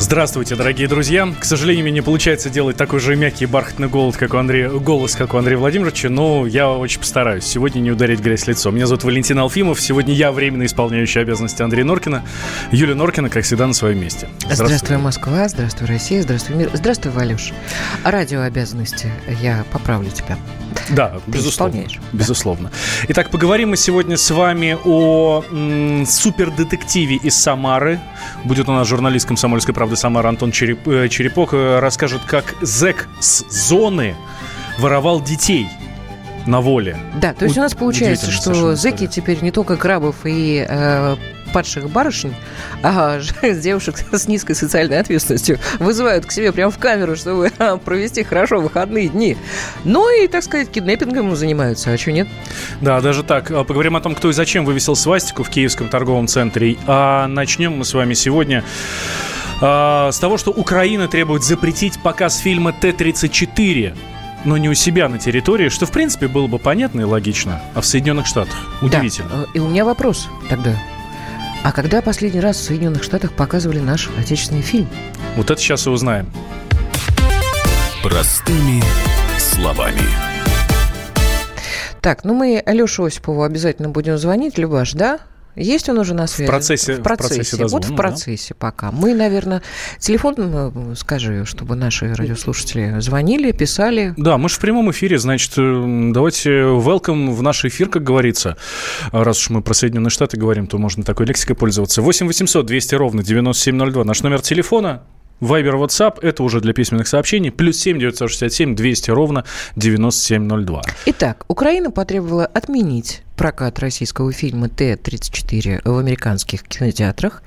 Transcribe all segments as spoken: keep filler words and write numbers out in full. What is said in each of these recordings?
Здравствуйте, дорогие друзья. К сожалению, мне не получается делать такой же мягкий бархатный голос, как у Андрея, голос, как у Андрея Владимировича, но я очень постараюсь сегодня не ударить грязь в лицо. Меня зовут Валентин Алфимов. Сегодня я временно исполняющий обязанности Андрея Норкина. Юлия Норкина, как всегда, на своем месте. Здравствуй, здравствуй Москва, здравствуй, Россия, здравствуй, мир. Здравствуй, Валюш. Радио обязанности. Я поправлю тебя. Да, Ты безусловно. исполняешь. Безусловно. Итак, поговорим мы сегодня с вами о м, супердетективе из Самары. Будет у нас журналист «Комсомольской правды» Самара Антон Череп, э, Черепок. Э, расскажет, как зэк с зоны воровал детей на воле. Да, то есть у, у нас получается, что зэки история. Теперь не только крабов и э, падших барышень, а девушек с низкой социальной ответственностью вызывают к себе прямо в камеру, чтобы провести хорошо выходные дни. Ну и, так сказать, киднеппингом занимаются, а что нет? Да, даже так. Поговорим о том, кто и зачем вывесил свастику в Киевском торговом центре. А начнем мы с вами сегодня а, с того, что Украина требует запретить показ фильма Т тридцать четыре. Но не у себя на территории, что, в принципе, было бы понятно и логично, а в Соединенных Штатах. Удивительно. Да. И у меня вопрос тогда. А когда последний раз в Соединенных Штатах показывали наш отечественный фильм? Вот это сейчас и узнаем. Простыми словами. Так, ну мы Алёше Осипову обязательно будем звонить, Любаш, да? Есть он уже на связи? В процессе. В процессе. В процессе вот в процессе да. Пока. Мы, наверное, телефон, скажи, чтобы наши радиослушатели звонили, писали. Да, мы же в прямом эфире, значит, давайте welcome в наш эфир, как говорится. Раз уж мы про Соединенные Штаты говорим, то можно такой лексикой пользоваться. восемь восемьсот двести ровно девяносто семь ноль два. Наш номер телефона. Вайбер, WhatsApp, это уже для письменных сообщений. Плюс семь девятьсот шестьдесят семь двести ровно девяносто семь ноль два. Итак, Украина потребовала отменить прокат российского фильма Т тридцать четыре в американских кинотеатрах,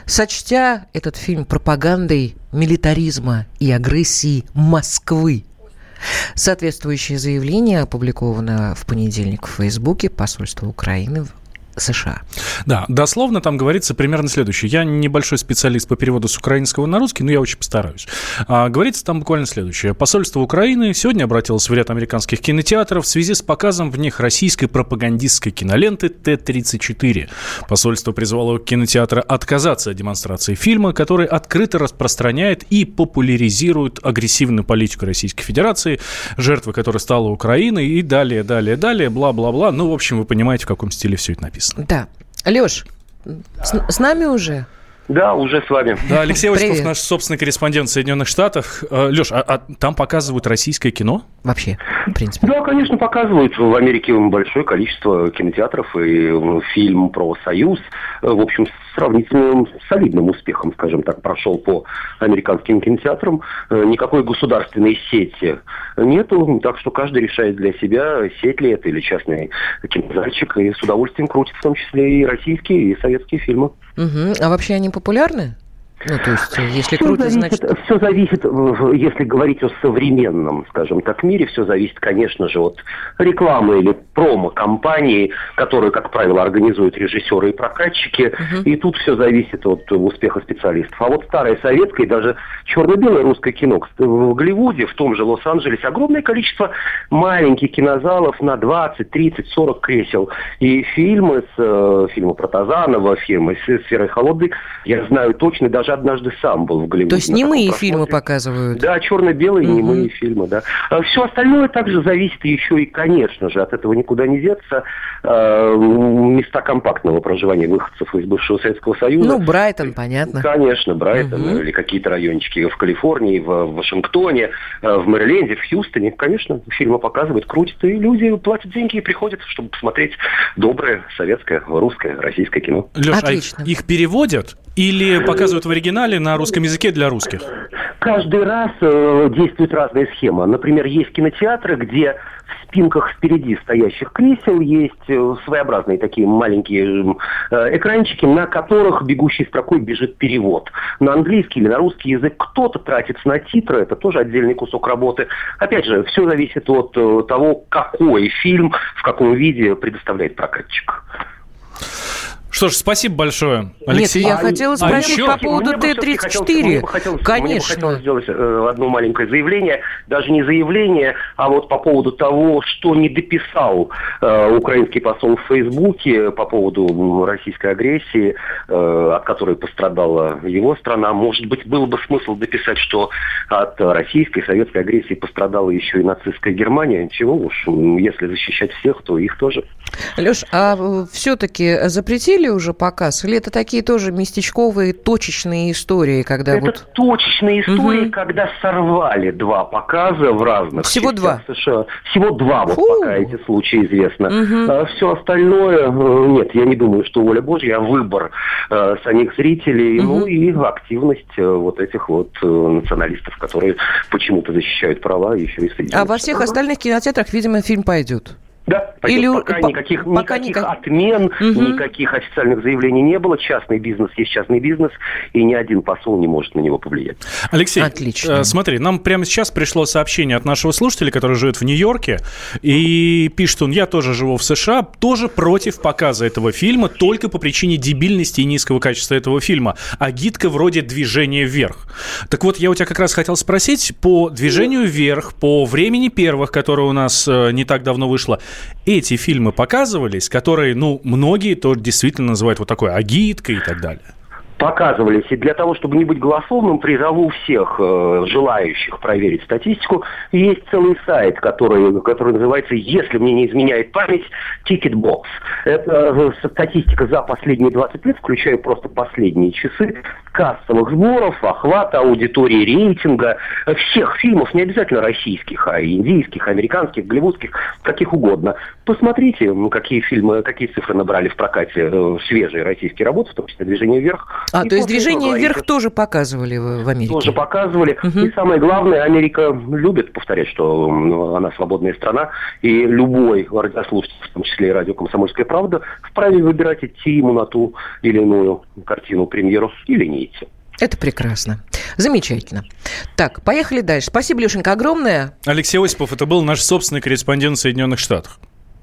сочтя этот фильм пропагандой милитаризма и агрессии Москвы. Соответствующее заявление опубликовано в понедельник в Фейсбуке посольства Украины в США. Да, дословно там говорится примерно следующее. Я небольшой специалист по переводу с украинского на русский, но я очень постараюсь. А, говорится там буквально следующее. Посольство Украины сегодня обратилось в ряд американских кинотеатров в связи с показом в них российской пропагандистской киноленты Т тридцать четыре. Посольство призвало кинотеатры отказаться от демонстрации фильма, который открыто распространяет и популяризирует агрессивную политику Российской Федерации, жертвой которой стала Украина, и далее, далее, далее, бла-бла-бла. Ну, в общем, вы понимаете, в каком стиле все это написано. Да. Лёш, с, с нами уже? Да, уже с вами. Да, Алексей Осипов, наш собственный корреспондент в Соединенных Штатах. Лёш, а, а там показывают российское кино? Вообще, в принципе. Да, конечно, показывают. В Америке большое количество кинотеатров, и фильм про Союз, в общем, с сравнительно солидным успехом, скажем так, прошел по американским кинотеатрам. Никакой государственной сети нету, так что каждый решает для себя, сеть ли это или частный кинозальчик, и с удовольствием крутит в том числе и российские, и советские фильмы. Угу. А вообще они популярны? Ну, то есть, если все круто, зависит, значит... Все зависит, если говорить о современном, скажем так, мире, все зависит, конечно же, от рекламы или промо-компании, которые, как правило, организуют режиссеры и прокатчики, uh-huh. и тут все зависит от успеха специалистов. А вот старое советское, даже черно-белое русское кино, в Голливуде, в том же Лос-Анджелесе, огромное количество маленьких кинозалов на двадцать, тридцать, сорок кресел. И фильмы, с, э, фильмы про Тазанова, фильмы с «Сферой холоды», я знаю точно, даже однажды сам был в Голливуде. То есть немые фильмы показывают? Да, черно-белые угу. немые фильмы, да. Все остальное также зависит еще и, конечно же, от этого никуда не деться, места компактного проживания выходцев из бывшего Советского Союза. Ну, Брайтон, понятно. Конечно, Брайтон, угу. или какие-то райончики в Калифорнии, в Вашингтоне, в Мэриленде, в Хьюстоне. Конечно, фильмы показывают, крутят, и люди платят деньги и приходят, чтобы посмотреть доброе советское, русское, российское кино. Леш, а их, их переводят или показывают в оригинале на русском языке для русских? Каждый раз э, действует разная схема. Например, есть кинотеатры, где в спинках впереди стоящих кресел есть э, своеобразные такие маленькие э, экранчики, на которых бегущей строкой бежит перевод. На английский или на русский язык кто-то тратится на титры, это тоже отдельный кусок работы. Опять же, все зависит от э, того, какой фильм, в каком виде предоставляет прокатчик. Что ж, спасибо большое, Алексей. Нет, я а, хотела а спросить еще? по поводу Т тридцать четыре. Конечно. Мне бы хотелось сделать э, одно маленькое заявление. Даже не заявление, а вот по поводу того, что не дописал э, украинский посол в Фейсбуке по поводу российской агрессии, э, от которой пострадала его страна. Может быть, был бы смысл дописать, что от российской, советской агрессии пострадала еще и нацистская Германия. Чего уж, если защищать всех, то их тоже. Леш, а все-таки запретили уже показ? Или это такие тоже местечковые, точечные истории, когда это вот... точечные истории, угу. когда сорвали два показа в разных Всего два? США. Всего два, вот Фу. пока эти случаи известно. Угу. А все остальное, нет, я не думаю, что воля Божья, а выбор э, самих зрителей, угу. ну и активность э, вот этих вот э, националистов, которые почему-то защищают права еще и среди. А во всех остальных кинотеатрах, видимо, фильм пойдет? Да, пойдет. Или... пока, по... никаких, пока никаких никак... отмен, угу. никаких официальных заявлений не было. Частный бизнес есть частный бизнес, и ни один посол не может на него повлиять. Алексей, Отлично. Э, смотри, нам прямо сейчас пришло сообщение от нашего слушателя, который живет в Нью-Йорке, и пишет он: я тоже живу в США, тоже против показа этого фильма, только по причине дебильности и низкого качества этого фильма. Агитка вроде «Движение вверх». Так вот, я у тебя как раз хотел спросить, по «Движению вверх», по «Времени первых», которое у нас э, не так давно вышло, эти фильмы показывались, которые, ну, многие то действительно называют вот такой агиткой и так далее? Показывались. И для того, чтобы не быть голословным, призову всех э, желающих проверить статистику. Есть целый сайт, который, который называется, если мне не изменяет память, Ticketbox. Это э, статистика за последние двадцать лет, включая просто последние часы, кассовых сборов, охвата, аудитории, рейтинга всех фильмов, не обязательно российских, а индийских, американских, голливудских, каких угодно. Посмотрите, какие фильмы, какие цифры набрали в прокате э, свежие российские работы, в том числе «Движение вверх». А, и то есть «Движение вверх» тоже показывали в, в Америке? Тоже показывали. Угу. И самое главное, Америка любит повторять, что ну, она свободная страна, и любой радиослушатель, в том числе и радио «Комсомольская правда», вправе выбирать, идти ему на ту или иную картину, премьеру или не идти. Это прекрасно. Замечательно. Так, поехали дальше. Спасибо, Лешенька, огромное. Алексей Осипов, это был наш собственный корреспондент в Соединенных Штатах.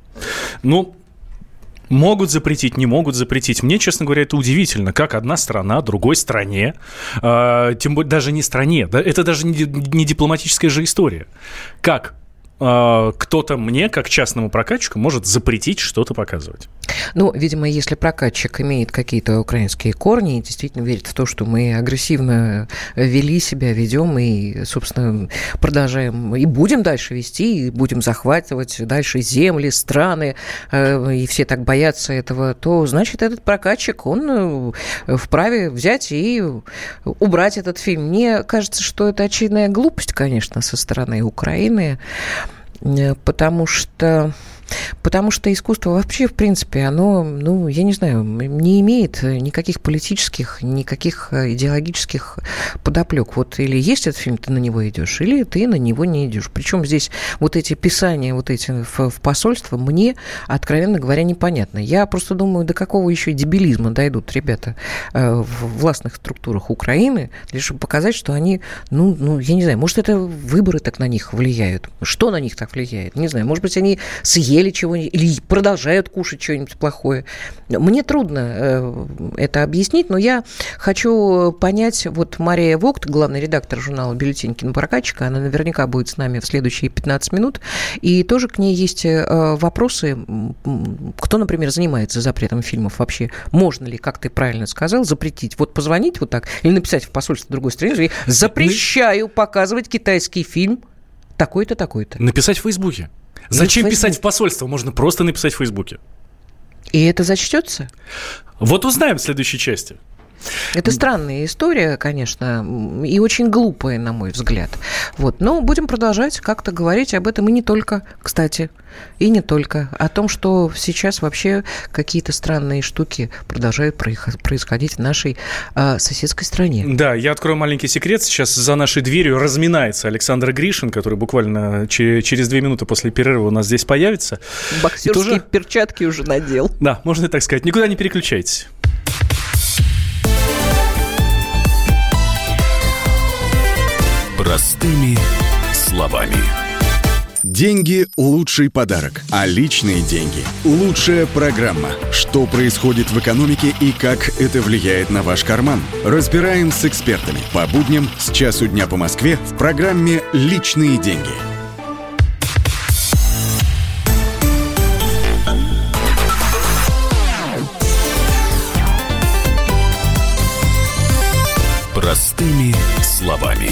Ну... Могут запретить, не могут запретить. Мне, честно говоря, это удивительно, как одна страна другой стране, э, тем более даже не стране, да, это даже не, не дипломатическая же история. Как э, кто-то мне, как частному прокатчику, может запретить что-то показывать? Ну, видимо, если прокатчик имеет какие-то украинские корни и действительно верит в то, что мы агрессивно вели себя, ведем и, собственно, продолжаем и будем дальше вести, и будем захватывать дальше земли, страны, и все так боятся этого, то, значит, этот прокатчик, он вправе взять и убрать этот фильм. Мне кажется, что это очевидная глупость, конечно, со стороны Украины, потому что... Потому что искусство вообще, в принципе, оно, ну, я не знаю, не имеет никаких политических, никаких идеологических подоплек. Вот или есть этот фильм, ты на него идешь, или ты на него не идешь. Причем здесь вот эти писания, вот эти в, в посольство, мне, откровенно говоря, непонятно. Я просто думаю, до какого еще дебилизма дойдут ребята в властных структурах Украины, лишь чтобы показать, что они, ну, ну, я не знаю, может, это выборы так на них влияют. Что на них так влияет? Не знаю, может быть, они съели чего-нибудь или продолжают кушать что-нибудь плохое. Мне трудно э, это объяснить, но я хочу понять, вот Мария Вогт, главный редактор журнала «Бюллетень кинопрокатчика», она наверняка будет с нами в следующие пятнадцать минут, и тоже к ней есть э, вопросы, кто, например, занимается запретом фильмов вообще, можно ли, как ты правильно сказал, запретить, вот позвонить вот так или написать в посольство другой страны, запрещаю показывать китайский фильм такой-то, такой-то. Написать в Фейсбуке. Зачем писать в посольство? Можно просто написать в Фейсбуке. И это зачтется? Вот узнаем в следующей части. Это странная история, конечно, и очень глупая, на мой взгляд. Вот. Но будем продолжать как-то говорить об этом, и не только, кстати, и не только. О том, что сейчас вообще какие-то странные штуки продолжают происходить в нашей э, соседской стране. Да, я открою маленький секрет. Сейчас за нашей дверью разминается Александр Гришин, который буквально через две минуты после перерыва у нас здесь появится. Боксерские тоже... перчатки уже надел. Да, можно так сказать. Никуда не переключайтесь. Простыми словами. Деньги – лучший подарок, а личные деньги – лучшая программа. Что происходит в экономике и как это влияет на ваш карман? Разбираем с экспертами по будням с часу дня по Москве в программе «Личные деньги». Простыми словами.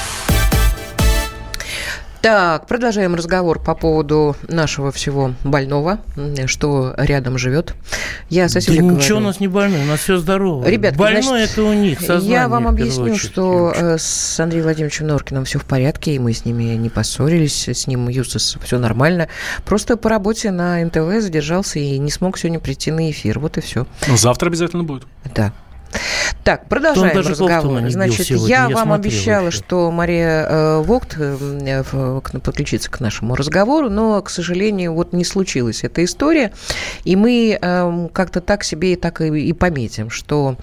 Так, продолжаем разговор по поводу нашего всего больного, что рядом живет. Я соседке да говорю. Ничего у нас не больной, у нас все здорово. Ребятки, больной значит, это у них сознание. Я вам объясню, очередь, что с Андреем Владимировичем Норкиным все в порядке, и мы с ними не поссорились, с ним Юстас все нормально. Просто по работе на эн тэ вэ задержался и не смог сегодня прийти на эфир. Вот и все. Но завтра обязательно будет. Да. Так, продолжаем разговор. Значит, я, я вам обещала, вообще. что Мария э, Вогт э, подключится к нашему разговору, но, к сожалению, вот не случилась эта история. И мы э, как-то так себе и так и, и пометим, что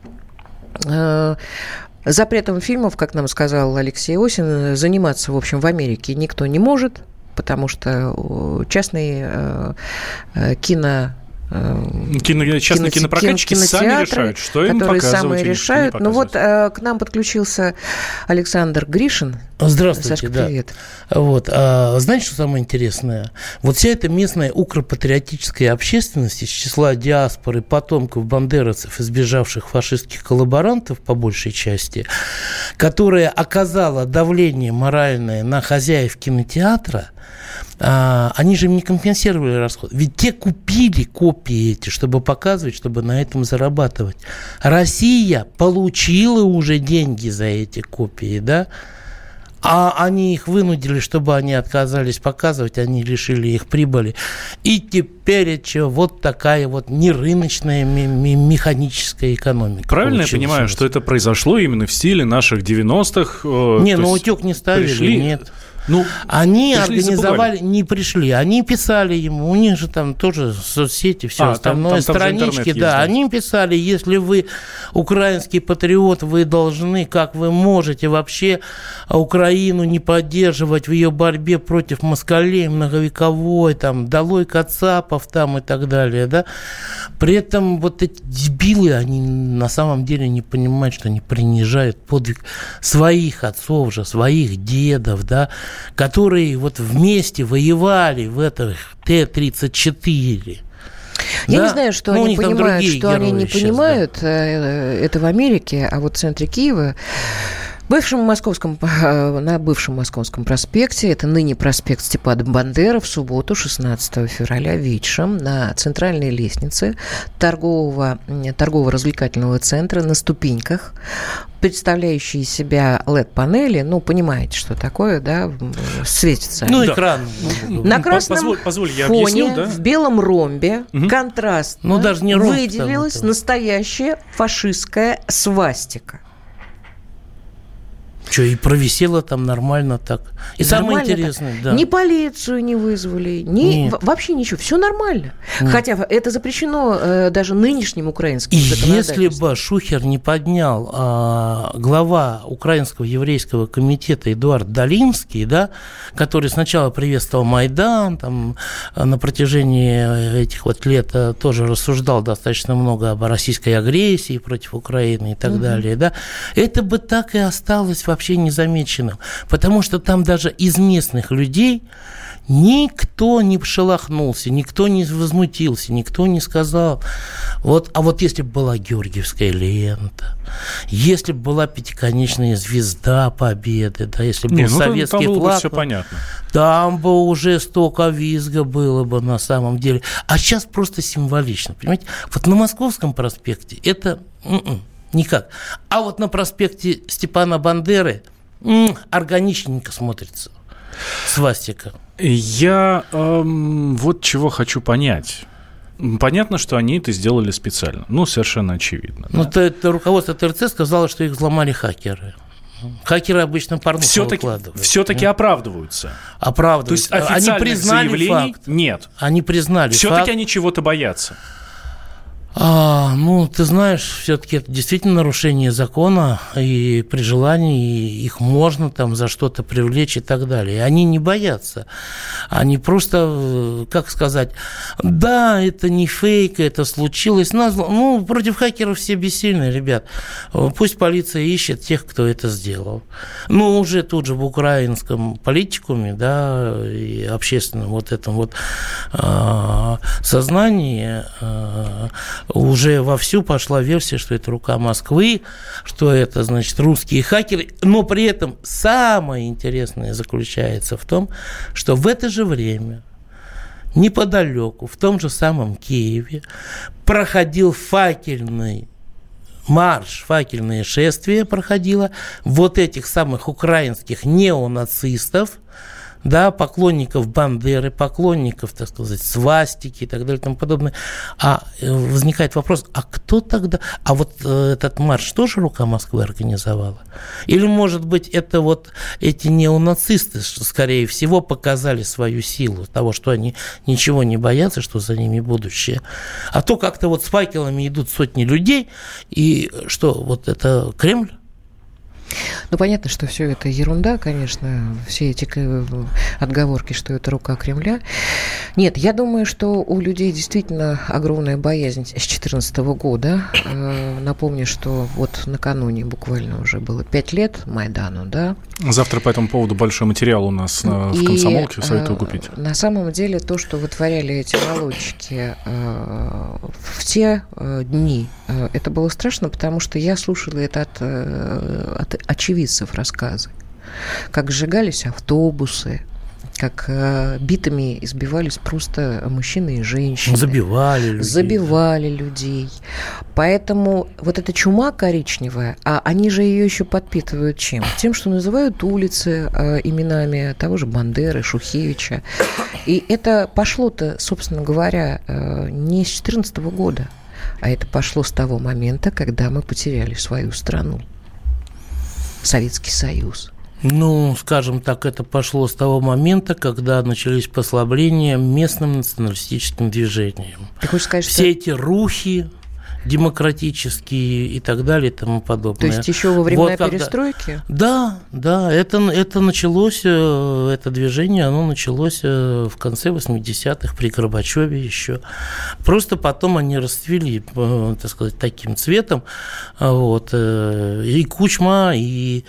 э, запретом фильмов, как нам сказал Алексей Осин, заниматься, в общем, в Америке никто не может, потому что частные э, кино... Кино, частные кино, кинопрокатчики сами решают, что им показывать. Которые сами решают. Ну вот э, к нам подключился Александр Гришин. Здравствуйте, Сашка, да. привет. Вот, а, знаете, что самое интересное? Вот вся эта местная укропатриотическая общественность из числа диаспоры, потомков бандеровцев, избежавших фашистских коллаборантов, по большей части, которая оказала давление моральное на хозяев кинотеатра, а, они же им не компенсировали расход. Ведь те купили копии эти, чтобы показывать, чтобы на этом зарабатывать. Россия получила уже деньги за эти копии, да? А они их вынудили, чтобы они отказались показывать, они лишили их прибыли. И теперь что, вот такая вот нерыночная механическая экономика. Правильно я понимаю, что это произошло именно в стиле наших девяностых? Не, ну утек не ставили, пришли... нет. Ну, они организовали, не пришли, они писали ему, у них же там тоже соцсети, все а, остальное, там, там, странички, там да, есть, да, они писали, если вы украинский патриот, вы должны, как вы можете вообще Украину не поддерживать в ее борьбе против москалей многовековой, там, долой кацапов там и так далее, да. При этом вот эти дебилы, они на самом деле не понимают, что они принижают подвиг своих отцов же, своих дедов, да, которые вот вместе воевали в этом Т тридцать четыре. Я да? не знаю, что ну, они понимают, что они не сейчас, понимают да. это в Америке, а вот в центре Киева, в бывшем московском, на бывшем Московском проспекте, это ныне проспект Степана Бандеры, в субботу, шестнадцатого февраля, вечером на центральной лестнице торгового, торгово-развлекательного центра на ступеньках, представляющие из себя эл и ди-панели, ну, понимаете, что такое, да, светится. Ну, да. экран. На красном позволь, позволь, я фоне, объясню, да? В белом ромбе, угу. контрастно ну, даже не ромб, выделилась там, настоящая фашистская свастика. Что, и провисела там нормально так. И нормально самое интересное, так. да. Ни полицию не вызвали, ни, вообще ничего. Все нормально. Нет. Хотя это запрещено э, даже нынешним украинским и если бы Шухер не поднял э, глава Украинского еврейского комитета Эдуард Долинский, да, который сначала приветствовал Майдан, там, на протяжении этих вот лет тоже рассуждал достаточно много об российской агрессии против Украины и так угу. далее, да, это бы так и осталось вообще незамеченным, потому что там даже из местных людей никто не шелохнулся, никто не возмутился, никто не сказал. Вот, а вот если бы была Георгиевская лента, если бы была пятиконечная звезда Победы, да, если бы был ну, советский там, там флаг, все понятно. Там бы уже столько визга было бы на самом деле. А сейчас просто символично, понимаете? Вот на Московском проспекте это... м-м. Никак. А вот на проспекте Степана Бандеры м, органичненько смотрится свастика. Я эм, вот чего хочу понять. Понятно, что они это сделали специально. Ну, совершенно очевидно. Ну, да? то, это руководство ТРЦ сказало, что их взломали хакеры. Хакеры обычно порнуху все-таки, выкладывают. Все-таки оправдываются. Оправдываются. То есть официальных они признали заявлений факт. нет. Они признали все-таки факт. они чего-то боятся. А, ну, ты знаешь, все-таки это действительно нарушение закона, и при желании их можно там за что-то привлечь и так далее. И они не боятся. Они просто, как сказать, да, это не фейк, это случилось. Ну, против хакеров все бессильны, ребят. Пусть полиция ищет тех, кто это сделал. Ну, уже тут же в украинском политикуме, да, и общественном вот этом вот э, сознании э, уже вовсю пошла версия, что это рука Москвы, что это, значит, русские хакеры. Но при этом самое интересное заключается в том, что в это же время неподалеку, в том же самом Киеве, проходил факельный марш, факельное шествие проходило вот этих самых украинских неонацистов, да, поклонников Бандеры, поклонников, так сказать, свастики и так далее и тому подобное. А возникает вопрос, а кто тогда... А вот э, этот марш тоже рука Москвы организовала? Или, может быть, это вот эти неонацисты, что, скорее всего, показали свою силу того, что они ничего не боятся, что за ними будущее. А то как-то вот с факелами идут сотни людей, и что, вот это Кремль? Ну, понятно, что все это ерунда, конечно, все эти отговорки, что это рука Кремля. Нет, я думаю, что у людей действительно огромная боязнь с две тысячи четырнадцатого года. Напомню, что вот накануне буквально уже было пять лет Майдану, да. Завтра по этому поводу большой материал у нас в И, «Комсомолке», советую купить. На самом деле то, что вытворяли эти молодчики в те дни, это было страшно, потому что я слушала это от, от очевидцев рассказы, как сжигались автобусы, как э, битами избивались просто мужчины и женщины. Забивали людей. Забивали людей. Поэтому вот эта чума коричневая, а они же ее еще подпитывают чем? Тем, что называют улицы э, именами того же Бандеры, Шухевича. И это пошло-то, собственно говоря, э, не с две тысячи четырнадцатого года, а это пошло с того момента, когда мы потеряли свою страну. Советский Союз. Ну, скажем так, это пошло с того момента, когда начались послабления местным националистическим движением. Ты хочешь сказать, Все что... эти рухи демократические и так далее и тому подобное. То есть еще во времена вот когда... перестройки? Да, да, это, это началось, это движение, оно началось в конце восьмидесятых при Горбачеве еще. Просто потом они расцвели, так сказать, таким цветом. Вот, и Кучма, и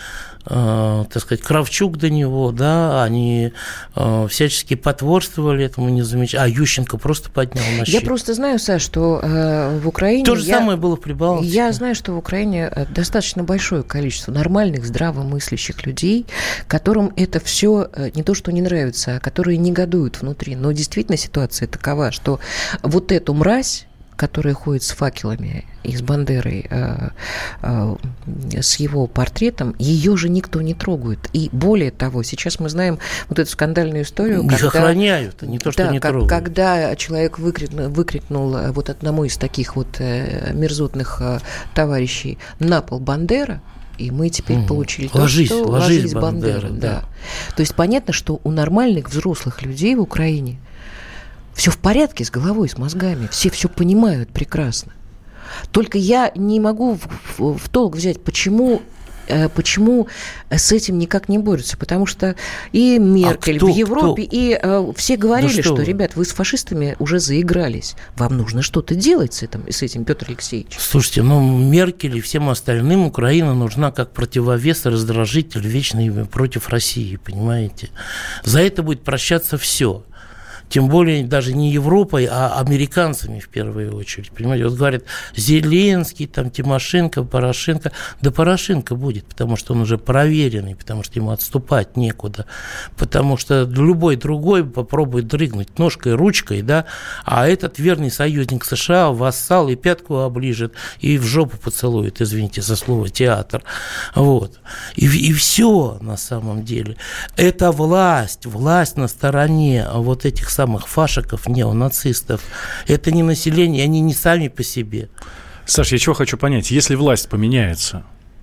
так сказать, Кравчук до него, да, они всячески потворствовали этому, не замечали. А Ющенко просто поднял на щит. Я просто знаю, Саш, что э, в Украине... То же я, самое было в Прибалтике. Я знаю, что в Украине достаточно большое количество нормальных, здравомыслящих людей, которым это все не то, что не нравится, а которые негодуют внутри. Но действительно ситуация такова, что вот эту мразь, которая ходит с факелами и с Бандерой, э, э, с его портретом, ее же никто не трогает. И более того, сейчас мы знаем вот эту скандальную историю. Их когда, охраняют, а не то, что да, не как, трогают. Когда человек выкрикнул, выкрикнул вот одному из таких вот э, мерзотных э, товарищей на пол Бандера, и мы теперь угу. получили ложись, то, что ложись, ложись Бандера. Бандера, да. да. То есть понятно, что у нормальных взрослых людей в Украине все в порядке с головой, с мозгами. Все все понимают прекрасно. Только я не могу в, в, в толк взять, почему, э, почему с этим никак не борются. Потому что и Меркель а кто, в Европе, кто? и э, все говорили, да что, что ребят, вы с фашистами уже заигрались. Вам нужно что-то делать с этим, с этим, Петр Алексеевич. Слушайте, ну Меркель и всем остальным Украина нужна как противовес и раздражитель вечный против России, понимаете? За это будет прощаться все. Тем более даже не Европой, а американцами в первую очередь. Понимаете, вот говорят, Зеленский, там, Тимошенко, Порошенко. Да Порошенко будет, потому что он уже проверенный, потому что ему отступать некуда. Потому что любой другой попробует дрыгнуть ножкой, ручкой, да, а этот верный союзник США, вассал, и пятку оближет, и в жопу поцелует, извините за слово, театр. Вот. И, и все на самом деле. Это власть, власть на стороне вот этих самых фашиков, неонацистов. Это не население, они не сами по себе. Саш, я чего хочу понять? Если власть поменяется,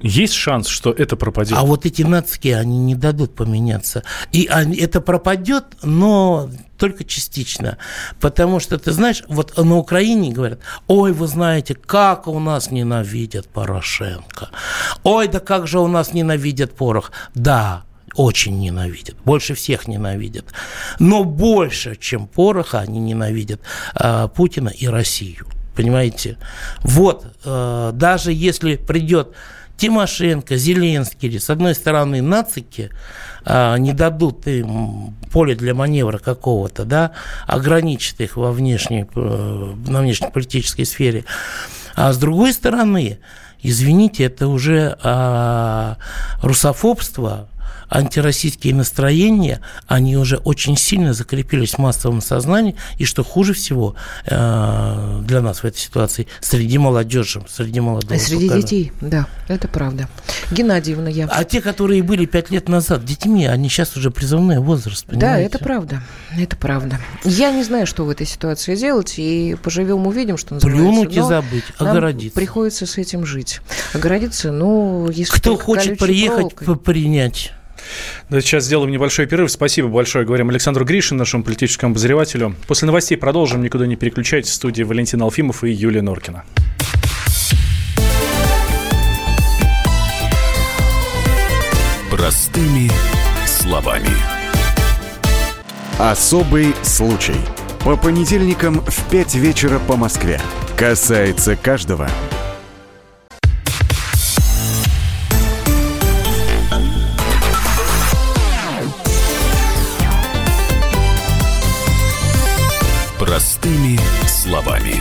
Есть шанс, что это пропадет? А вот эти нацики, они не дадут поменяться. И они, это пропадет, но только частично. Потому что, ты знаешь, вот на Украине говорят, ой, вы знаете, как у нас ненавидят Порошенко. Ой, да как же у нас ненавидят порох. Да, очень ненавидят. Больше всех ненавидят. Но больше, чем пороха, они ненавидят э, Путина и Россию. Понимаете? Вот, э, даже если придет Тимошенко, Зеленский, с одной стороны, нацики а, не дадут им поле для маневра какого-то, да, ограничат их во внешней, на внешнеполитической сфере. А с другой стороны, извините, это уже а, русофобство, антироссийские настроения, они уже очень сильно закрепились в массовом сознании, и что хуже всего э, для нас в этой ситуации, среди молодежи, среди молодого Среди поколения. детей, да, это правда. Геннадьевна, я... А те, которые были пять лет назад детьми, они сейчас уже призывной возраст, понимаете? Да, это правда, это правда. Я не знаю, что в этой ситуации делать, и поживем, увидим, что называется. Плюнуть и забыть, огородиться. Приходится с этим жить. Огородиться, ну, если... Кто хочет приехать, проволокой... принять... Да, сейчас сделаем небольшой перерыв. Спасибо большое. Говорим Александру Гришину, нашему политическому обозревателю. После новостей продолжим. Никуда не переключайтесь. В студии Валентин Алфимов и Юлия Норкина. Простыми словами. Особый случай. По понедельникам в пять вечера по Москве. Касается каждого. Простыми словами.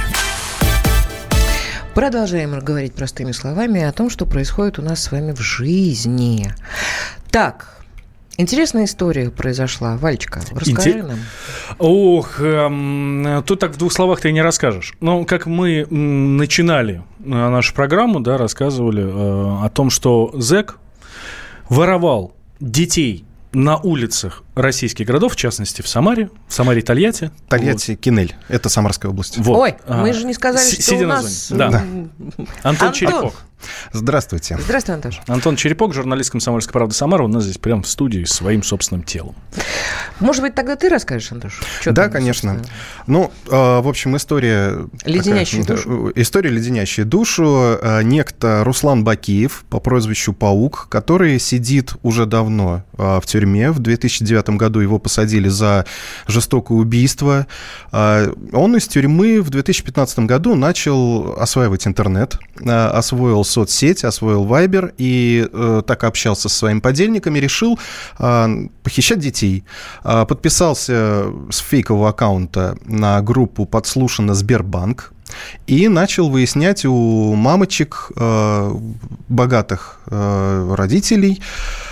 Продолжаем говорить простыми словами о том, что происходит у нас с вами в жизни. Так, интересная история произошла. Вальчика, расскажи Интер... нам. Ох, эм, тут так в двух словах ты и не расскажешь. Но как мы м, начинали нашу программу, да, рассказывали э, о том, что зэк воровал детей на улицах российских городов, в частности, в Самаре, в Самаре Тольятти. Тольятти, вот. Кинель. Это Самарская область. Вот. Ой, а, мы же не сказали, с- что у нас... Да. Да. Антон, Антон Черепок. Здравствуйте. Здравствуй, Антош. Антон Черепок, журналист «Комсомольской правды» Самара, у нас здесь прямо в студии своим собственным телом. Может быть, тогда ты расскажешь, Антош? Что да, там, конечно. собственно? Ну, э, в общем, история... Леденящая такая, душу. История, леденящая душу. Некто Руслан Бакиев по прозвищу Паук, который сидит уже давно э, в тюрьме. В две тысячи девятом году его посадили за жестокое убийство. Э, он из тюрьмы в две тысячи пятнадцатом году начал осваивать интернет, э, освоил соцсеть, освоил Viber и э, так общался со своими подельниками, решил э, похищать детей. Э, подписался с фейкового аккаунта на группу «Подслушано Сбербанк» и начал выяснять у мамочек э, богатых э, родителей,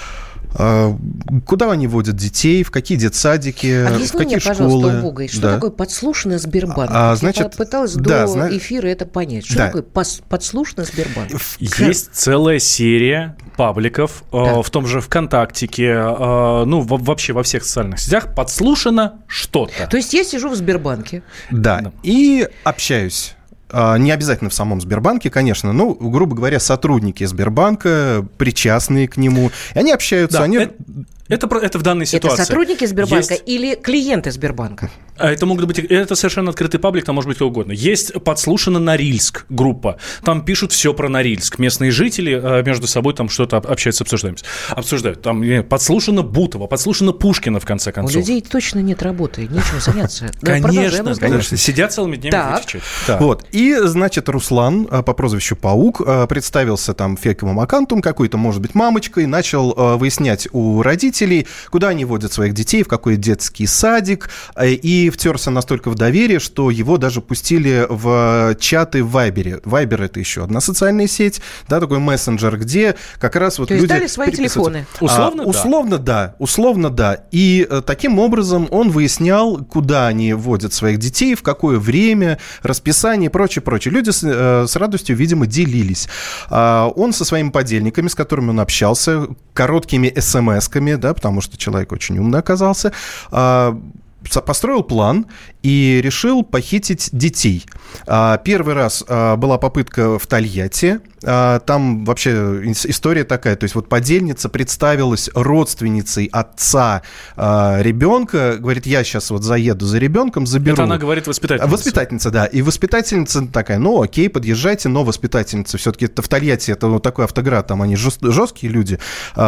куда они водят детей, в какие детсадики, Объясни в какие мне, школы. пожалуйста, убогой, что да. такое подслушанный Сбербанк? А, Я значит, пыталась да, до зна... эфира это понять. Что да. такое подслушанный Сбербанк? Есть целая серия пабликов, да. э, в том же ВКонтактике, э, ну, в, вообще во всех социальных сетях подслушано что-то. То есть я сижу в Сбербанке. Да, да. и общаюсь. Не обязательно в самом Сбербанке, конечно, но, грубо говоря, сотрудники Сбербанка, причастные к нему, и они общаются. Да, они... это, это, это в данной ситуации. Это сотрудники Сбербанка Есть... или клиенты Сбербанка? Это могут быть, это совершенно открытый паблик, там может быть кто угодно. Есть подслушано Норильск группа, там пишут все про Норильск. Местные жители между собой там что-то общаются, обсуждают. обсуждают. Там подслушано Бутово, подслушано Пушкина, в конце концов. У людей точно нет работы, нечем заняться. Конечно, конечно. Сидят целыми днями. Вот. И, значит, Руслан по прозвищу Паук представился там фейковым аккаунтом, какой-то, может быть, мамочкой, начал выяснять у родителей, куда они водят своих детей, в какой детский садик, и втерся настолько в доверие, что его даже пустили в чаты в Вайбере. Вайбер — это еще одна социальная сеть, да, такой мессенджер, где как раз вот То люди... есть дали свои телефоны? Условно, а, да. Условно, да. Условно, да. И а, таким образом он выяснял, куда они водят своих детей, в какое время, расписание и прочее, прочее. Люди с, а, с радостью, видимо, делились. А, он со своими подельниками, с которыми он общался, короткими смс-ками, да, потому что человек очень умный оказался, а, построил план и решил похитить детей. Первый раз была попытка в Тольятти, Там вообще история такая, то есть вот подельница представилась родственницей отца ребенка, говорит, я сейчас вот заеду за ребенком, заберу. Это она говорит воспитательница. Воспитательница, да. И воспитательница такая, ну окей, подъезжайте, но воспитательница все-таки это в Тольятти, это вот такой Автоград, там они жест, жесткие люди,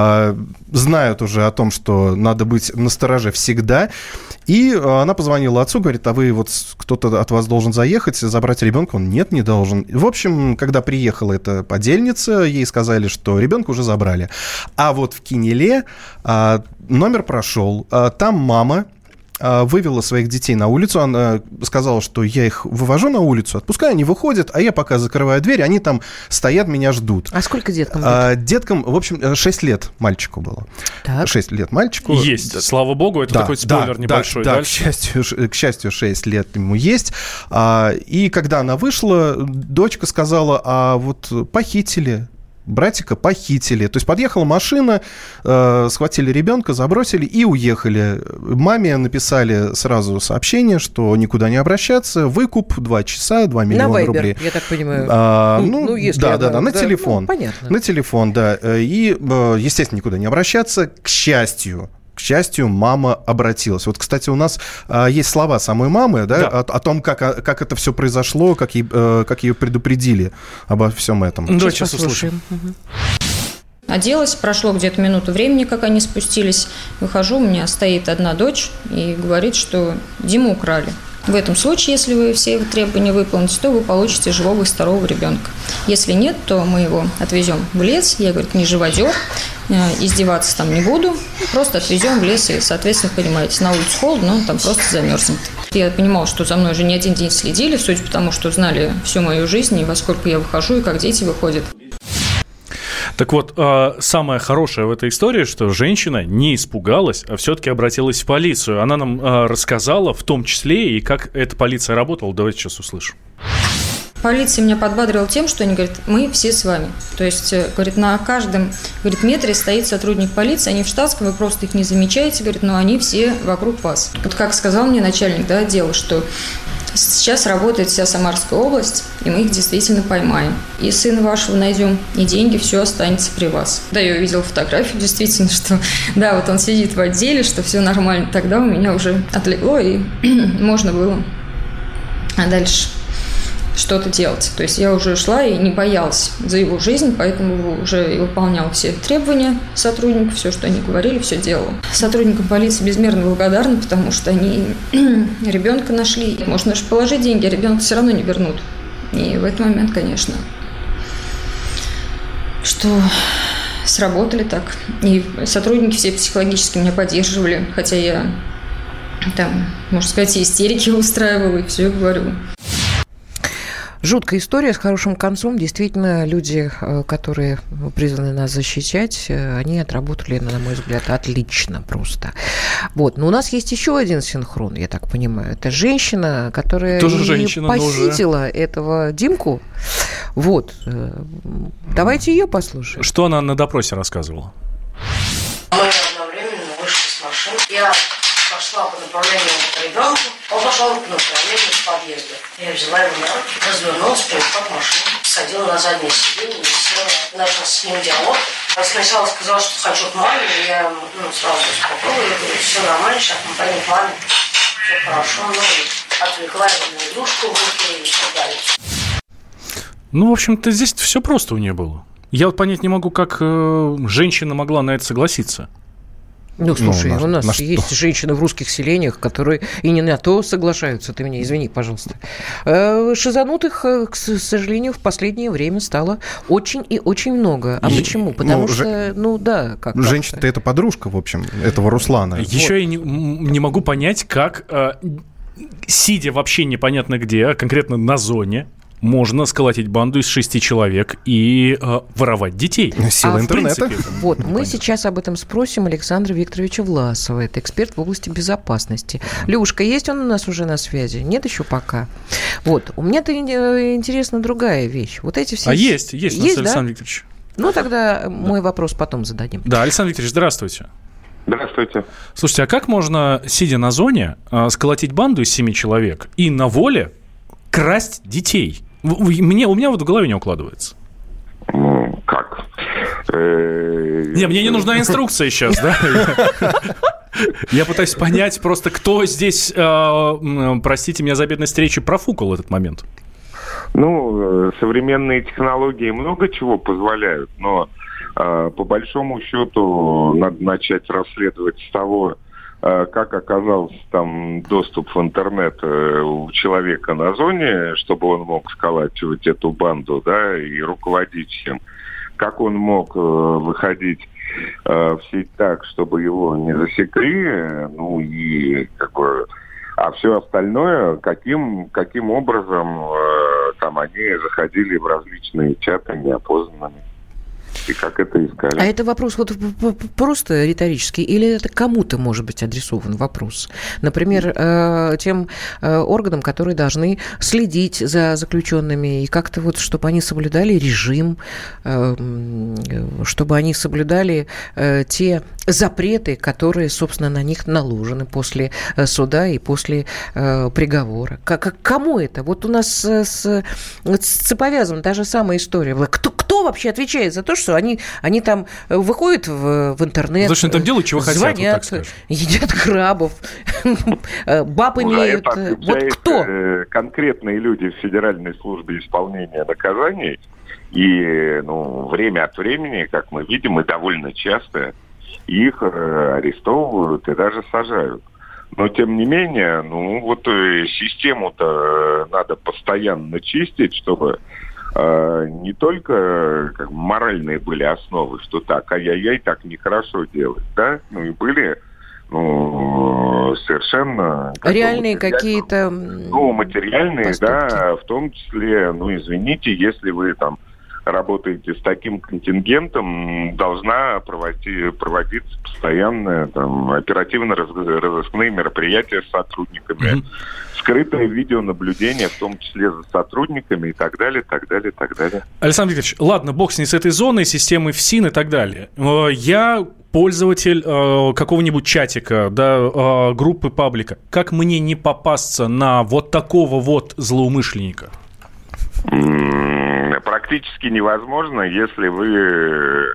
знают уже о том, что надо быть настороже всегда. И она позвонила отцу, говорит, а вы вот кто-то от вас должен заехать, забрать ребенка? Он, нет, не должен. В общем, когда приехала эта подельница, ей сказали, что ребенка уже забрали. А вот в Кинеле а, номер прошел, а, там мама вывела своих детей на улицу, она сказала, что я их вывожу на улицу, отпускаю, они выходят, а я пока закрываю дверь, они там стоят, меня ждут. А сколько деткам? А, деткам, в общем, шесть лет мальчику было. Так. шесть лет мальчику. Есть, да. Слава богу, это да, такой спойлер да, небольшой. Да, да, к счастью, к счастью, шесть лет ему есть. А, и когда она вышла, дочка сказала, а вот похитили. Братика похитили. То есть подъехала машина, э, схватили ребенка, забросили и уехали. Маме написали сразу сообщение, что никуда не обращаться. Выкуп два часа, два миллиона на рублей. Я так понимаю. А, ну, ну, если да, да, да, на да, телефон. Ну, понятно. На телефон, да. И, естественно, никуда не обращаться. К счастью, К счастью, мама обратилась. Вот, кстати, у нас а, есть слова самой мамы, да, да. О, о том, как, как это все произошло, как, ей, э, как ее предупредили обо всем этом. Давайте сейчас услышим. Угу. Оделась, прошло где-то минуту времени, как они спустились. Выхожу, у меня стоит одна дочь и говорит, что Диму украли. В этом случае, если вы все требования выполните, то вы получите живого и здорового ребенка. Если нет, то мы его отвезем в лес. Я, говорю, не живодер, издеваться там не буду. Просто отвезем в лес и, соответственно, понимаете, на улице холодно, он там просто замерзнет. Я понимала, что за мной уже не один день следили, судя по тому, что знали всю мою жизнь, и во сколько я выхожу, и как дети выходят. Так вот, самое хорошее в этой истории, что женщина не испугалась, а все-таки обратилась в полицию. Она нам рассказала, в том числе, и как эта полиция работала. Давайте сейчас услышим. Полиция меня подбадривала тем, что они говорят, мы все с вами. То есть, говорит, на каждом, говорит, метре стоит сотрудник полиции, они в штатском, вы просто их не замечаете, говорит, но они все вокруг вас. Вот как сказал мне начальник, да, отдела, что сейчас работает вся Самарская область, и мы их действительно поймаем. И сына вашего найдем, и деньги, все останется при вас. Да, я увидела фотографию, действительно, что да, вот он сидит в отделе, что все нормально. Тогда у меня уже отлегло, и можно было дальше что-то делать. То есть я уже шла и не боялась за его жизнь, поэтому уже выполняла все требования сотрудников, все, что они говорили, все делала. Сотрудникам полиции безмерно благодарна, потому что они ребенка нашли. Можно же положить деньги, а ребенка все равно не вернут. И в этот момент, конечно, что сработали так. И сотрудники все психологически меня поддерживали, хотя я там, можно сказать, и истерики устраивала, и все говорю. Жуткая история с хорошим концом. Действительно, люди, которые призваны нас защищать, они отработали, на мой взгляд, отлично просто. Вот. Но у нас есть еще один синхрон, я так понимаю. Это женщина, которая Тоже женщина, похитила этого Димку. Вот. Давайте ее послушаем. Что она на допросе рассказывала? Мы одновременно вышли с машины. Я пошла по направлению к ребенку. Он пошел по направлению к подъезду. Я взяла его на руки, развернулась, привезла к машине, садила на заднее сиденье и села. Начал с ним диалог. Я сначала сказала, что хочу к маме, и я ну, сразу успокоила. Я говорю, все нормально, сейчас мы пойдем к маме. Все хорошо. Ну, и отвлекла его на игрушку в руки и так далее. Ну, в общем-то, здесь все просто у нее было. Я вот понять не могу, как э, женщина могла на это согласиться. Ну, слушай, ну, у нас на есть что? женщины в русских селениях, которые и не на то соглашаются. Ты меня извини, пожалуйста. Шизанутых, к сожалению, в последнее время стало очень и очень много. А и, почему? Потому ну, что, же... ну да, как женщина-то это подружка, в общем, этого Руслана. Еще вот. Я не, не могу понять, как, сидя вообще непонятно где, а конкретно на зоне, можно сколотить банду из шести человек и э, воровать детей. Сила а интернета. Принципе, вот, мы понятно. Сейчас об этом спросим Александра Викторовича Власова. Это эксперт в области безопасности. Левушка, есть он у нас уже на связи? Нет еще пока. Вот, у меня-то интересна другая вещь. Вот эти все... А есть, есть, есть да? Александр Викторович. Ну, тогда да. Мой вопрос потом зададим. Да, Александр Викторович, здравствуйте. Здравствуйте. Слушайте, а как можно, сидя на зоне, сколотить банду из семи человек и на воле красть детей? Мне, у меня вот в голове не укладывается. Не, мне не нужна инструкция сейчас, да? Я пытаюсь понять просто, кто здесь, простите меня за бедность речи, профукал этот момент. Ну, современные технологии много чего позволяют, но по большому счету надо начать расследовать с того, как оказался там доступ в интернет у человека на зоне, чтобы он мог сколачивать эту банду, да, и руководить всем. Как он мог выходить в сеть так, чтобы его не засекли, ну и как бы, а все остальное, каким, каким образом там они заходили в различные чаты неопознанными. И как это искали. А это вопрос вот просто риторический, или это кому-то может быть адресован вопрос? Например, тем органам, которые должны следить за заключенными, и как-то вот, чтобы они соблюдали режим, чтобы они соблюдали те запреты, которые, собственно, на них наложены после суда и после приговора. К кому это? Вот у нас с, с Цеповязом та же самая история была. Кто, кто вообще отвечает за то, что они, они там выходят в, в интернет, зачем они там делают, чего звонят, хотят, вот так скажем. Едят крабов, баб имеют. Вот кто? Конкретные люди в Федеральной службе исполнения наказаний. И ну, время от времени, как мы видим, и довольно часто их арестовывают и даже сажают. Но, тем не менее, ну, вот систему-то надо постоянно чистить, чтобы э, не только как, моральные были основы, что так, ай-яй-яй, так нехорошо делать, да, ну, и были, ну, совершенно... Реальные какие-то... Ну, материальные, поступки. Да, в том числе, ну, извините, если вы там работаете с таким контингентом, должна проводить, проводиться постоянно там, оперативно-розыскные мероприятия с сотрудниками, mm-hmm. скрытое видеонаблюдение, в том числе за сотрудниками и так далее, так далее, так далее. Александр Викторович, ладно, бог с ней, с этой зоной, системой ФСИН и так далее. Я пользователь э, какого-нибудь чатика, да, э, группы паблика. Как мне не попасться на вот такого вот злоумышленника? Практически невозможно, если вы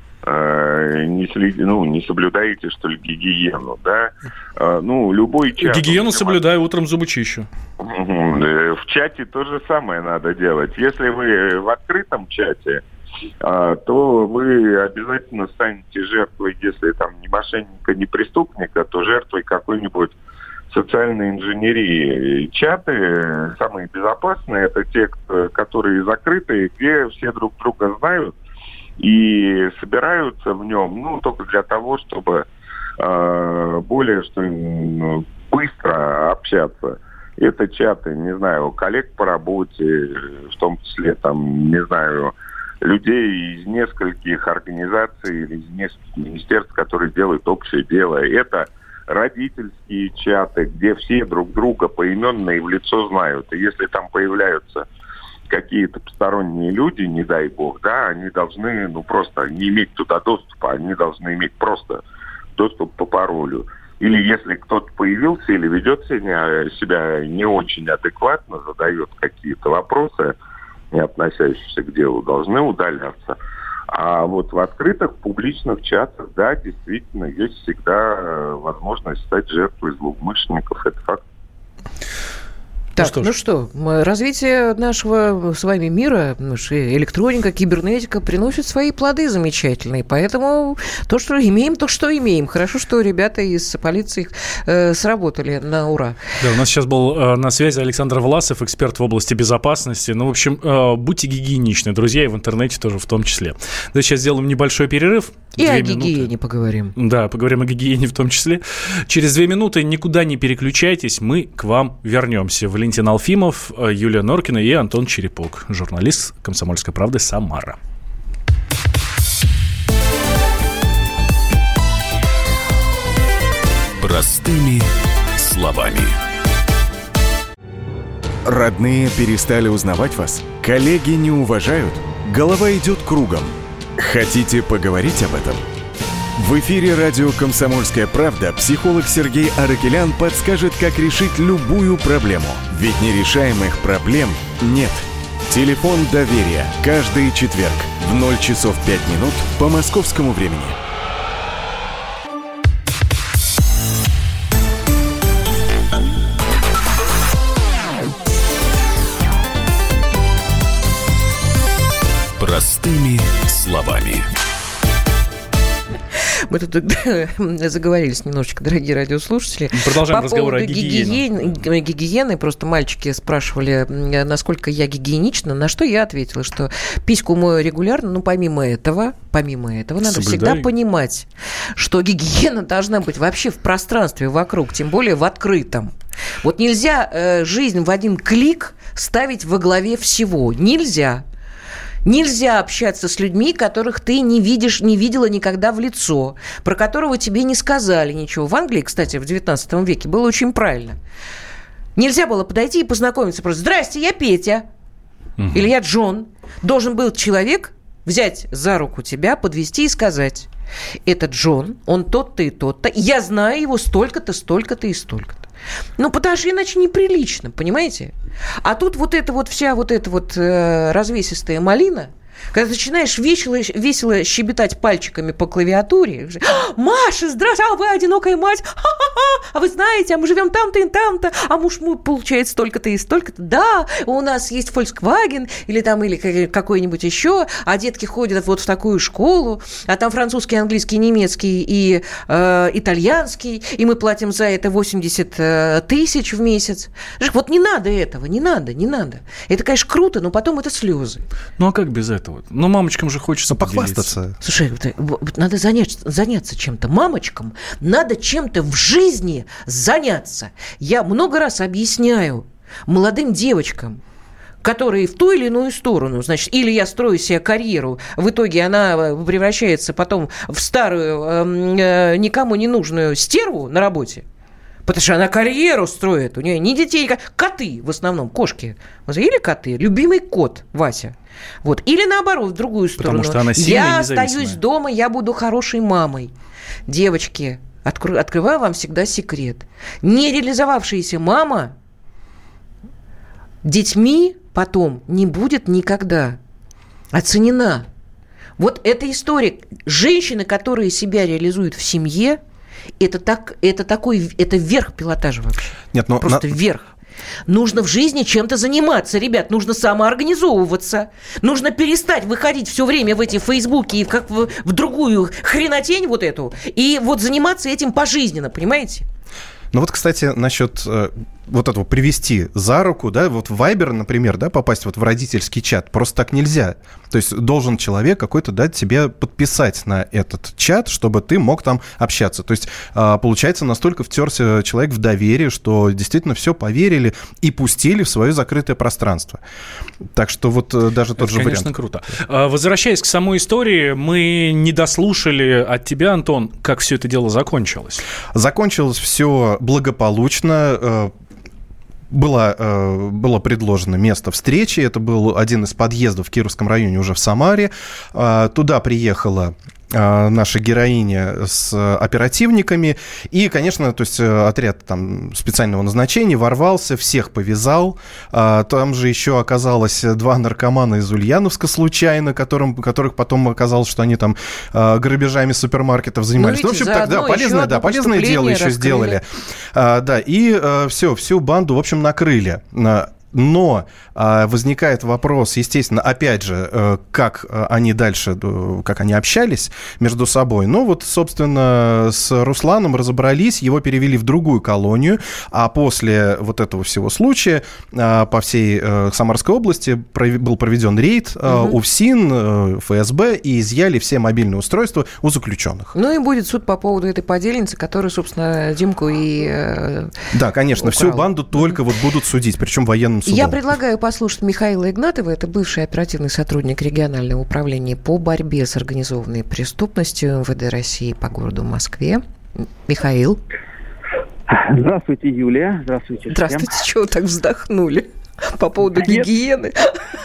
э, не, след... ну, не соблюдаете, что ли, гигиену, да? Э, ну, любой чат... Гигиену соблюдаю, утром зубы чищу. В чате то же самое надо делать. Если вы в открытом чате, э, то вы обязательно станете жертвой, если там ни мошенника, ни преступника, то жертвой какой-нибудь социальной инженерии. Чаты самые безопасные, это те, которые закрыты, где все друг друга знают и собираются в нем, ну, только для того, чтобы э, более что ну, быстро общаться. Это чаты, не знаю, коллег по работе, в том числе, там, не знаю, людей из нескольких организаций или из нескольких министерств, которые делают общее дело. Это родительские чаты, где все друг друга поименно и в лицо знают. И если там появляются какие-то посторонние люди, не дай бог, да, они должны, ну, просто не иметь туда доступа, они должны иметь просто доступ по паролю. Или если кто-то появился или ведет себя, себя не очень адекватно, задает какие-то вопросы, не относящиеся к делу, должны удаляться. А вот в открытых публичных чатах, да, действительно, есть всегда возможность стать жертвой злоумышленников. Это факт. Так, ну что, ну что, развитие нашего с вами мира, электроника, кибернетика приносит свои плоды замечательные. Поэтому то, что имеем, то, что имеем. Хорошо, что ребята из полиции э, сработали на ура. Да, у нас сейчас был э, на связи Александр Власов, эксперт в области безопасности. Ну, в общем, э, будьте гигиеничны, друзья, и в интернете тоже в том числе. Да, сейчас сделаем небольшой перерыв. И о минуты. Гигиене поговорим. Да, поговорим о гигиене в том числе. Через две минуты никуда не переключайтесь, мы к вам вернемся. Валентин Алфимов, Юлия Норкина и Антон Черепок, журналист «Комсомольской правды» Самара. Простыми словами. Родные перестали узнавать вас? Коллеги не уважают? Голова идет кругом. Хотите поговорить об этом? В эфире радио «Комсомольская правда» психолог Сергей Аракелян подскажет, как решить любую проблему. Ведь нерешаемых проблем нет. Телефон доверия. Каждый четверг в ноль часов пять минут по московскому времени. Простыми словами. Мы тут заговорились немножечко, дорогие радиослушатели. Продолжаем по разговор поводу о гигиене. гигиены, гигиены. Просто мальчики спрашивали, насколько я гигиенична. На что я ответила, что письку мою регулярно, но помимо этого, помимо этого, надо Соблюдай. всегда понимать, что гигиена должна быть вообще в пространстве вокруг, тем более в открытом. Вот нельзя э, жизнь в один клик ставить во главе всего. Нельзя. Нельзя общаться с людьми, которых ты не видишь, не видела никогда в лицо, про которого тебе не сказали ничего. В Англии, кстати, в девятнадцатом веке было очень правильно. Нельзя было подойти и познакомиться просто. «Здрасте, я Петя». Угу. Или «я Джон». Должен был человек взять за руку тебя, подвести и сказать: «Это Джон, он тот-то и тот-то, я знаю его столько-то, столько-то и столько-то». Ну, потому что иначе неприлично, понимаете? А тут вот эта вот вся вот эта вот э, развесистая малина, когда ты начинаешь весело, весело щебетать пальчиками по клавиатуре. «Маша, здравствуйте, а вы одинокая мать? Ха-ха-ха! А вы знаете, а мы живем там-то и там-то, а муж мой получает столько-то и столько-то. Да, у нас есть Volkswagen или там или какой-нибудь еще, а детки ходят вот в такую школу, а там французский, английский, немецкий и э, итальянский, и мы платим за это восемьдесят тысяч в месяц». Вот не надо этого, не надо, не надо. Это, конечно, круто, но потом это слезы. Ну, а как без этого? Ну, мамочкам же хочется похвастаться. Слушай, надо заняться, заняться чем-то. Мамочкам надо чем-то в жизни заняться. Я много раз объясняю молодым девочкам, которые в ту или иную сторону, значит, или я строю себе карьеру, в итоге она превращается потом в старую, э, никому не нужную стерву на работе, потому что она карьеру строит. У нее не детей, коты в основном, кошки. Или коты. Любимый кот Вася. Вот. Или наоборот, в другую сторону. Потому что она сильная я и независимая. остаюсь дома, я буду хорошей мамой. Девочки, откры- открываю вам всегда секрет. Не реализовавшаяся мама детьми потом не будет никогда оценена. Вот эта история. Женщины, которые себя реализуют в семье, это, так, это такой, это верх пилотажа вообще. Нет, но просто на... верх. Нужно в жизни чем-то заниматься, ребят. Нужно самоорганизовываться. Нужно перестать выходить все время в эти фейсбуки и как в, в другую хренотень вот эту. И вот заниматься этим пожизненно, понимаете? Ну вот, кстати, насчет э, вот этого привести за руку, да, вот в Viber, например, да, попасть вот в родительский чат, просто так нельзя. То есть должен человек какой-то дать тебе подписать на этот чат, чтобы ты мог там общаться. То есть, э, получается, настолько втерся человек в доверие, что действительно все поверили и пустили в свое закрытое пространство. Так что вот э, даже тот Это, же вариант. конечно, круто. Возвращаясь к самой истории, мы не дослушали от тебя, Антон, как все это дело закончилось. Закончилось все благополучно. Было, было предложено место встречи. Это был один из подъездов в Кировском районе, уже в Самаре. Туда приехала наша героиня с оперативниками. И, конечно, то есть отряд там специального назначения ворвался, всех повязал. Там же еще оказалось два наркомана из Ульяновска случайно, которым, которых потом оказалось, что они там грабежами супермаркетов занимались. Ну, в общем, так, да, полезное, да, полезное дело еще раскрыли. Сделали. А, да, и а, все, всю банду, в общем, накрыли. Но а, возникает вопрос, естественно, опять же, а, как они дальше, как они общались между собой. Ну вот, собственно, с Русланом разобрались, его перевели в другую колонию, а после вот этого всего случая а, по всей а, Самарской области пров... был проведен рейд а, угу. УФСИН, а, ФСБ, и изъяли все мобильные устройства у заключенных. Ну и будет суд по поводу этой подельницы, которая, собственно, Димку и э, Да, конечно, украл. Всю банду только mm-hmm. вот будут судить, причем военным судом. Я предлагаю послушать Михаила Игнатова, это бывший оперативный сотрудник регионального управления по борьбе с организованной преступностью МВД России по городу Москве. Михаил. Здравствуйте, Юлия. Здравствуйте. Здравствуйте. Чего вы так вздохнули по поводу Нет. гигиены?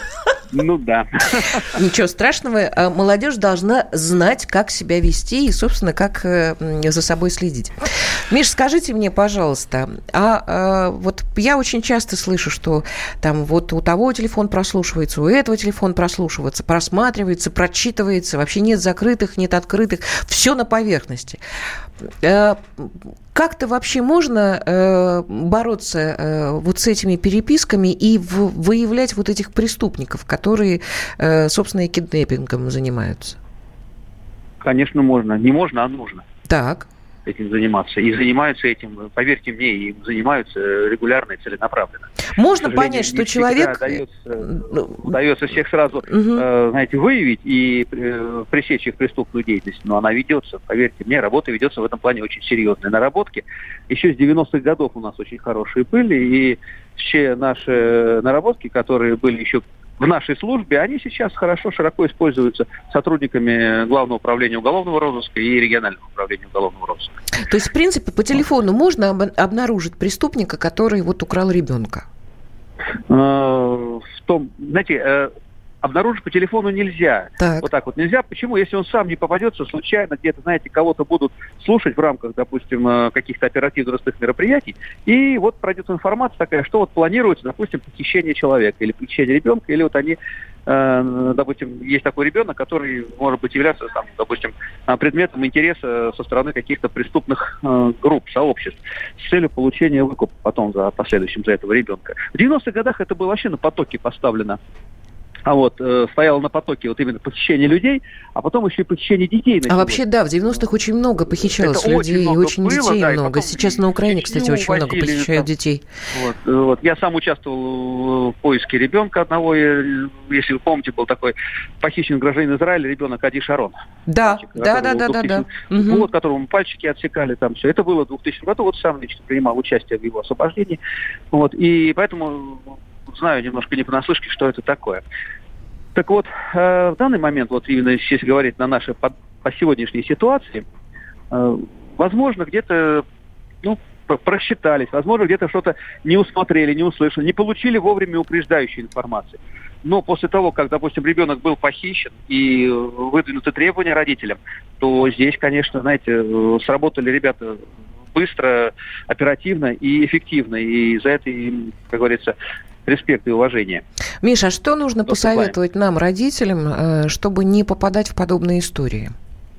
Ну да. Ничего страшного. Молодежь должна знать, как себя вести и, собственно, как за собой следить. Миш, скажите мне, пожалуйста, а, а вот я очень часто слышу, что там вот у того телефон прослушивается, у этого телефон прослушивается, просматривается, прочитывается, вообще нет закрытых, нет открытых, все на поверхности. Как-то вообще можно бороться вот с этими переписками и выявлять вот этих преступников, которые, собственно, и киднеппингом занимаются? Конечно, можно. Не можно, а нужно. Так. Этим заниматься. И занимаются этим, поверьте мне, им занимаются регулярно и целенаправленно. Можно понять, что человек... Удается, удается всех сразу, угу. э, знаете, выявить и э, пресечь их преступную деятельность. Но она ведется, поверьте мне, работа ведется в этом плане очень серьезные наработки. Еще с девяностых годов у нас очень хорошие были, и все наши наработки, которые были еще в нашей службе, они сейчас хорошо, широко используются сотрудниками Главного управления уголовного розыска и регионального управления уголовного розыска. То есть, в принципе, по телефону можно об- обнаружить преступника, который вот украл ребенка? В том, знаете, обнаружить по телефону нельзя. Так. Вот так вот нельзя. Почему? Если он сам не попадется случайно, где-то, знаете, кого-то будут слушать в рамках, допустим, каких-то оперативно-розыскных мероприятий, и вот пройдет информация такая, что вот планируется, допустим, похищение человека или похищение ребенка, или вот они, э, допустим, есть такой ребенок, который может быть являться, там, допустим, предметом интереса со стороны каких-то преступных э, групп, сообществ, с целью получения выкупа потом за последующим за этого ребенка. В девяностых годах это было вообще на потоке поставлено. А вот э, стояло на потоке вот именно похищение людей, а потом еще и похищение детей. А вообще, да, в девяностых очень много похищалось это людей, очень, очень было, детей да, много. Сейчас на Украине, кстати, очень много похищают там детей. Вот, вот. Я сам участвовал в поиске ребенка одного, если вы помните, был такой похищен гражданин Израиля, ребенок Ади Шарон. Да, мальчик, да, да, да, да, да. Вот, которому пальчики отсекали, там все. Это было в двухтысячном году, вот сам лично принимал участие в его освобождении. Вот, и поэтому знаю немножко не понаслышке, что это такое. Так вот, э, в данный момент, вот именно если говорить на нашей по, по сегодняшней ситуации, э, возможно, где-то ну, просчитались, возможно, где-то что-то не усмотрели, не услышали, не получили вовремя упреждающей информации. Но после того, как, допустим, ребенок был похищен и выдвинуты требования родителям, то здесь, конечно, знаете, сработали ребята быстро, оперативно и эффективно. И за это им, как говорится, респект и уважение. Миша, а что нужно что посоветовать нам, родителям, чтобы не попадать в подобные истории?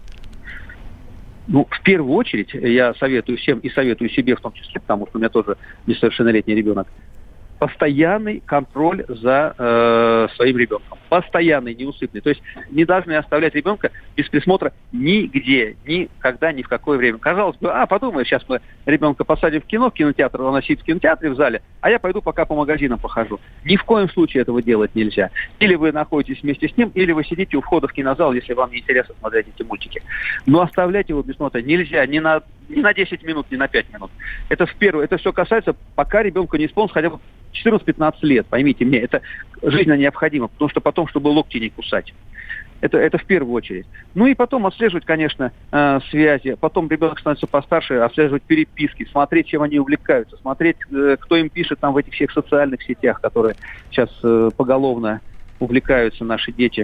Ну, в первую очередь, я советую всем и советую себе в том числе, потому что у меня тоже несовершеннолетний ребенок, постоянный контроль за э, своим ребенком. Постоянный, неусыпный. То есть не должны оставлять ребенка без присмотра нигде, никогда, ни в какое время. Казалось бы, а, подумай, сейчас мы ребенка посадим в кино, в кинотеатр, он сидит в кинотеатре в зале, а я пойду пока по магазинам похожу. Ни в коем случае этого делать нельзя. Или вы находитесь вместе с ним, или вы сидите у входа в кинозал, если вам не интересно смотреть эти мультики. Но оставлять его без смотра нельзя ни на, ни на десять минут, ни на пять минут. Это в первую, это все касается, пока ребенку не исполнилось хотя бы четырнадцать-пятнадцать лет, поймите мне, это жизненно необходимо, потому что потом, чтобы локти не кусать. Это, это в первую очередь. Ну и потом отслеживать, конечно, э, связи. Потом ребенок становится постарше, отслеживать переписки, смотреть, чем они увлекаются, смотреть, э, кто им пишет там в этих всех социальных сетях, которые сейчас э, поголовно увлекаются наши дети.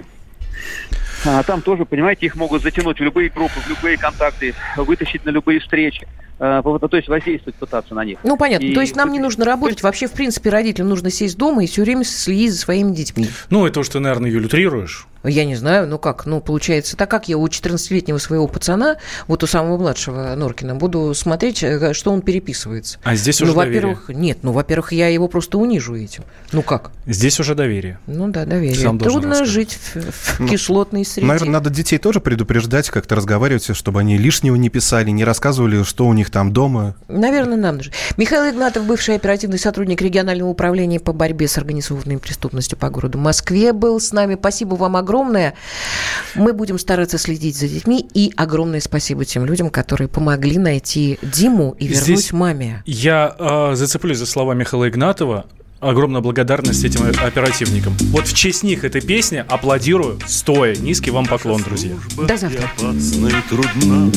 А там тоже, понимаете, их могут затянуть в любые группы, в любые контакты, вытащить на любые встречи. То есть воздействовать, пытаться на них. Ну, понятно. И... То есть нам не нужно работать. Вообще, в принципе, родителям нужно сесть дома и все время следить за своими детьми. Ну, это уж ты, наверное, Юль, утрируешь. Я не знаю, ну как, ну получается, так как я у четырнадцатилетнего своего пацана, вот у самого младшего Норкина, буду смотреть, что он переписывается. А здесь ну, уже во-первых, доверие. Нет, ну, во-первых, я его просто унижу этим. Ну как? Здесь уже доверие. Ну да, доверие. Трудно жить в, в ну, кислотной среде. Наверное, надо детей тоже предупреждать, как-то разговаривать, чтобы они лишнего не писали, не рассказывали, что у них там дома. Наверное, нам нужно. Михаил Игнатов, бывший оперативный сотрудник регионального управления по борьбе с организованной преступностью по городу Москве, был с нами. Спасибо вам огромное. Мы будем стараться следить за детьми. И огромное спасибо тем людям, которые помогли найти Диму и вернуть Здесь маме. Я э, зацеплюсь за слова Михаила Игнатова. Огромная благодарность этим оперативникам. Вот в честь них эта песня. Аплодирую стоя. Низкий вам поклон, друзья. До завтра. Опасна и трудна,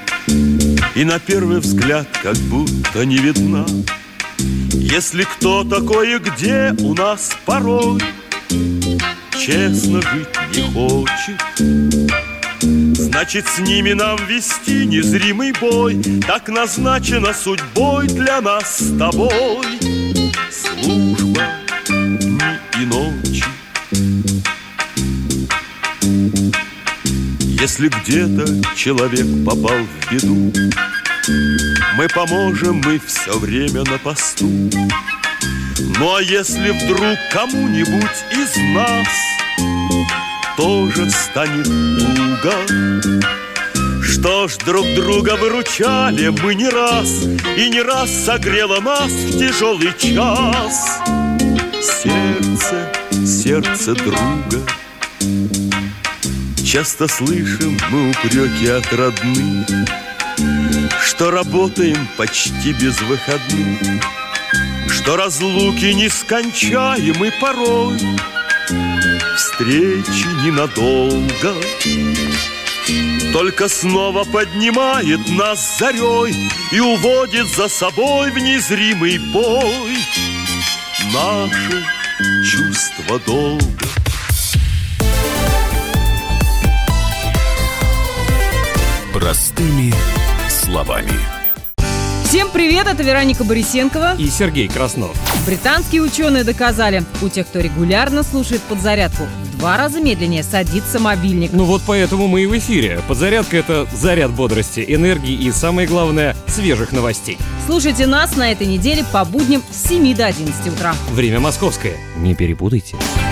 и на первый взгляд как будто не видна. Если кто такой и где у нас порой честно жить не хочет. Значит, с ними нам вести незримый бой. Так назначена судьбой для нас с тобой. Служба дни и ночи. Если где-то человек попал в беду, мы поможем, мы все время на посту. Ну а если вдруг кому-нибудь из нас тоже станет туго, что ж, друг друга выручали мы не раз, и не раз согрело нас в тяжелый час сердце, сердце друга. Часто слышим мы упреки от родных, что работаем почти без выходных, что разлуки нескончаемы порой, встречи ненадолго. Только снова поднимает нас зарей и уводит за собой в незримый бой наше чувство долга. Простыми словами. Всем привет, это Вероника Борисенкова и Сергей Краснов. Британские ученые доказали, у тех, кто регулярно слушает подзарядку, в два раза медленнее садится мобильник. Ну вот поэтому мы и в эфире. Подзарядка — это заряд бодрости, энергии и, самое главное, свежих новостей. Слушайте нас на этой неделе по будням с семи до одиннадцати утра. Время московское. Не перепутайте.